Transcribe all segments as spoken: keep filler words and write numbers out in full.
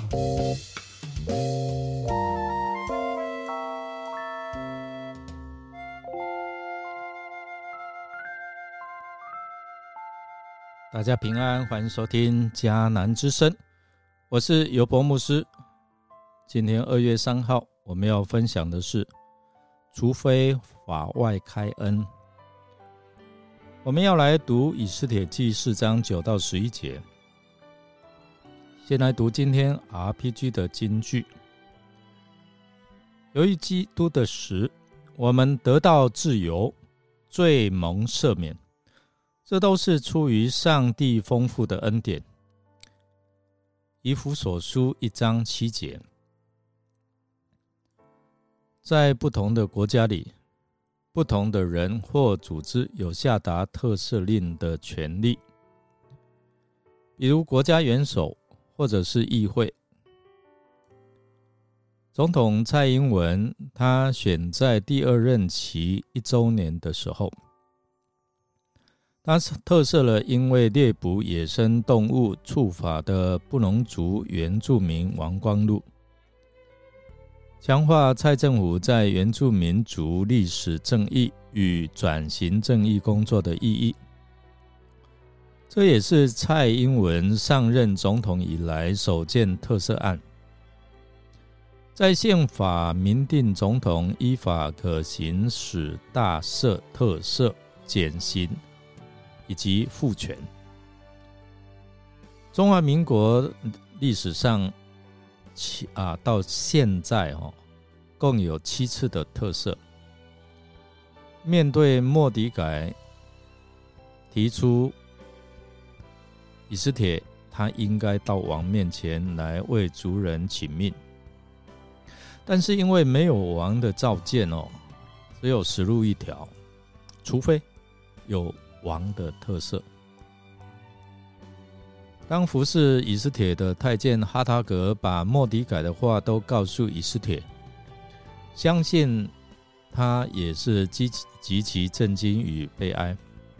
大家平安，欢迎收听迦南之声，我是尤伯牧师。今天二月三号，我们要分享的是除非法外开恩。我们要来读以斯帖记四章九到十一节。先来读今天 R P G 的金句。由于基督的死，我们得到自由，罪蒙赦免，这都是出于上帝丰富的恩典。以弗所书一章七节。在不同的国家里，不同的人或组织有下达特赦令的权利，比如国家元首或者是议会。总统蔡英文他选在第二任期一周年的时候，他特赦了因为猎捕野生动物触法的布农族原住民王光禄，强化蔡政府在原住民族历史正义与转型正义工作的意义。这也是蔡英文上任总统以来首件特赦案。在宪法明定总统依法可行使大赦、特赦、减刑以及复权。中华民国历史上啊，到现在哦，共有七次的特赦。面对末底改提出以斯帖他应该到王面前来为族人请命，但是因为没有王的召见哦，只有实录一条，除非有王的特赦。当服侍以斯帖的太监哈塔格把末底改的话都告诉以斯帖，相信他也是极极其震惊与悲哀。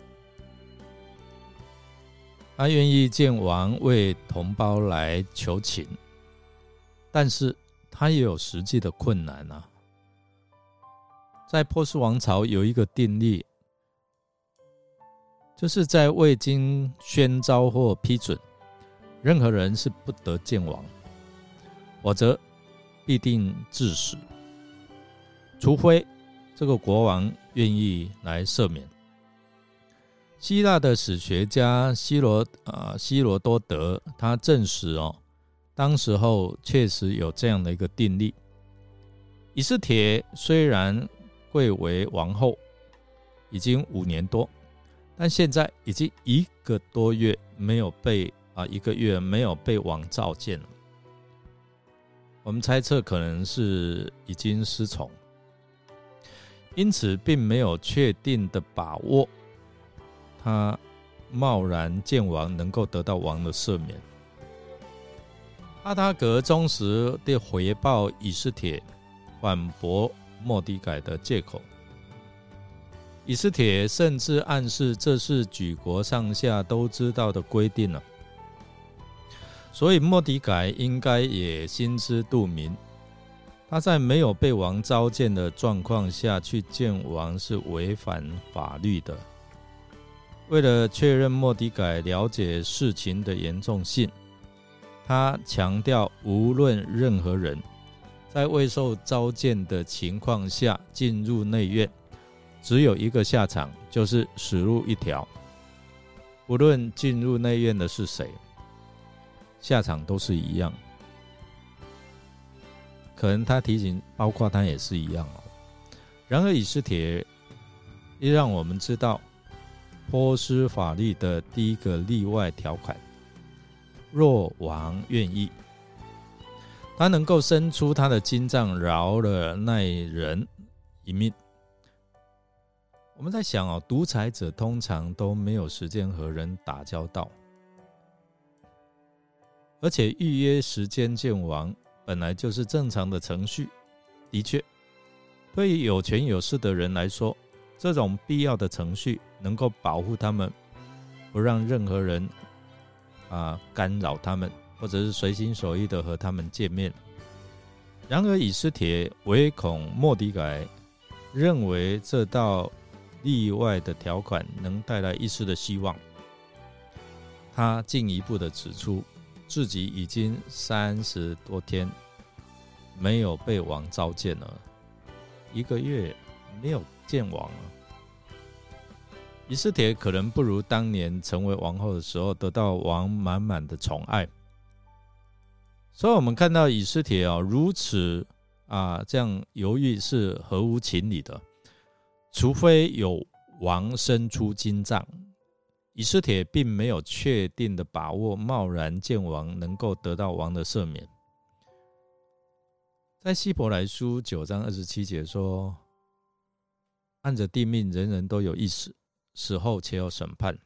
他愿意见王为同胞来求情，但是他也有实际的困难啊。在波斯王朝有一个定例，就是在未经宣召或批准，任何人是不得见王，否则必定致死，除非这个国王愿意来赦免。希腊的史学家希罗、呃、希罗多德他证实哦，当时候确实有这样的一个定例。以斯帖虽然贵为王后已经五年多，但现在已经一个多月没有被啊，一个月没有被王召见了。我们猜测可能是已经失宠，因此并没有确定的把握他贸然见王能够得到王的赦免。哈塔格忠实地回报以斯帖，反驳末底改的借口。以斯帖甚至暗示这是举国上下都知道的规定了，所以末底改应该也心知肚明，他在没有被王召见的状况下去见王是违反法律的。为了确认末底改了解事情的严重性，他强调无论任何人在未受召见的情况下进入内院，只有一个下场，就是死路一条。无论进入内院的是谁，下场都是一样。可能他提醒包括他也是一样哦。然而以斯帖也让我们知道波斯法律的第一个例外条款，若王愿意，他能够伸出他的金杖饶了那人一命。我们在想哦，独裁者通常都没有时间和人打交道，而且预约时间见王本来就是正常的程序。的确，对于有权有势的人来说，这种必要的程序能够保护他们，不让任何人、啊、干扰他们或者是随心所欲的和他们见面。然而以斯帖唯恐末底改认为这道例外的条款能带来一丝的希望，他进一步的指出自己已经三十多天没有被王召见了，一个月没有见王了。以斯帖可能不如当年成为王后的时候得到王满满的宠爱，所以我们看到以斯帖、哦、如此、啊、这样犹豫是合乎情理的，除非有王伸出金杖。以斯帖并没有确定的把握贸然见王能够得到王的赦免。在希伯来书九章二十七节说，按着定命人人都有一死，死后且有审判，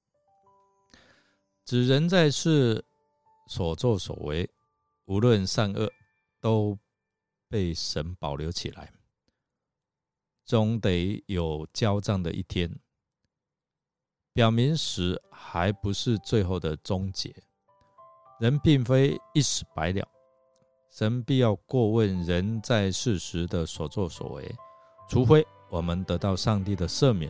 指人在世所作所为无论善恶都被神保留起来，总得有交账的一天，表明死还不是最后的终结。人并非一死百了，神必要过问人在世时的所作所为，除非我们得到上帝的赦免。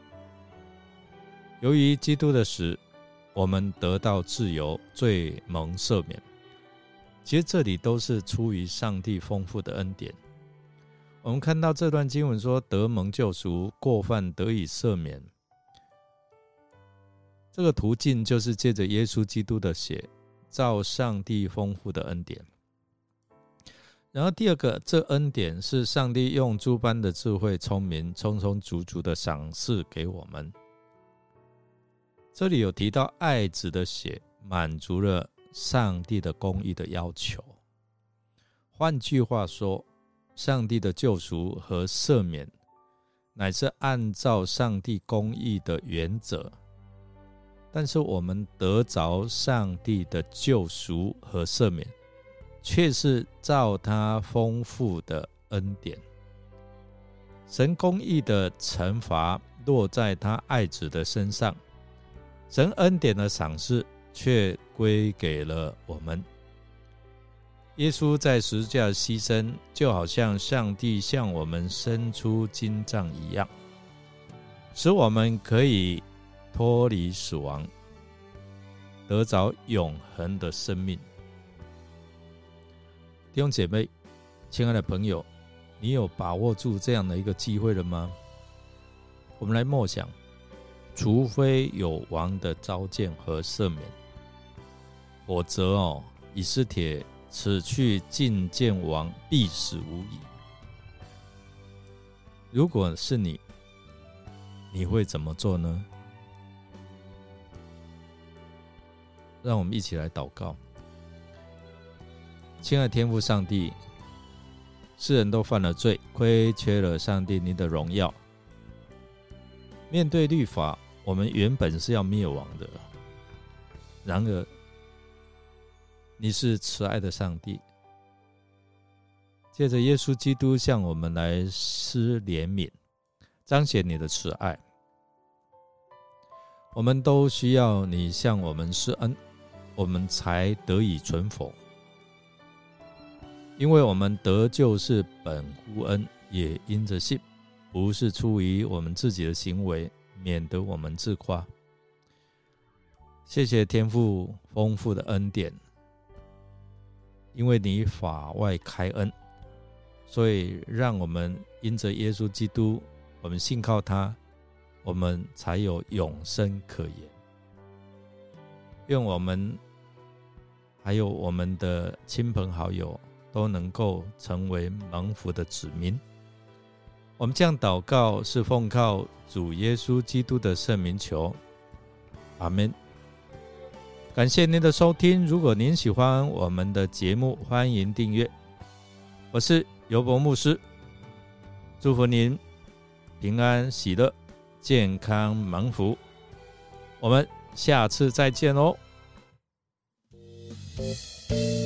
由于基督的死，我们得到自由，罪蒙赦免。其实这里都是出于上帝丰富的恩典。我们看到这段经文说，得蒙救赎，过犯得以赦免，这个途径就是借着耶稣基督的血，照上帝丰富的恩典。然后第二个，这恩典是上帝用诸般的智慧聪明充充足足的赏赐给我们。这里有提到爱子的血满足了上帝的公义的要求，换句话说，上帝的救赎和赦免乃是按照上帝公义的原则，但是我们得着上帝的救赎和赦免，却是照他丰富的恩典。神公义的惩罚落在他爱子的身上，神恩典的赏赐却归给了我们。耶稣在十字架的牺牲，就好像上帝向我们伸出金杖一样，使我们可以脱离死亡，得着永恒的生命。弟兄姐妹，亲爱的朋友，你有把握住这样的一个机会了吗？我们来默想，除非有王的召见和赦免，否则哦，以斯帖此去觐见王必死无疑。如果是你，你会怎么做呢？让我们一起来祷告。亲爱的天父上帝，世人都犯了罪，亏缺了上帝你的荣耀。面对律法，我们原本是要灭亡的，然而你是慈爱的上帝，借着耶稣基督向我们来施怜悯，彰显你的慈爱。我们都需要你向我们施恩，我们才得以存活。因为我们得救是本乎恩，也因着信，不是出于我们自己的行为，免得我们自夸。谢谢天父丰富的恩典，因为你法外开恩，所以让我们因着耶稣基督，我们信靠他，我们才有永生可言。愿我们还有我们的亲朋好友都能够成为蒙福的子民。我们这样祷告是奉靠主耶稣基督的圣名求，阿们。感谢您的收听，如果您喜欢我们的节目，欢迎订阅。我是尤伯牧师，祝福您平安喜乐，健康蒙福。我们下次再见哦。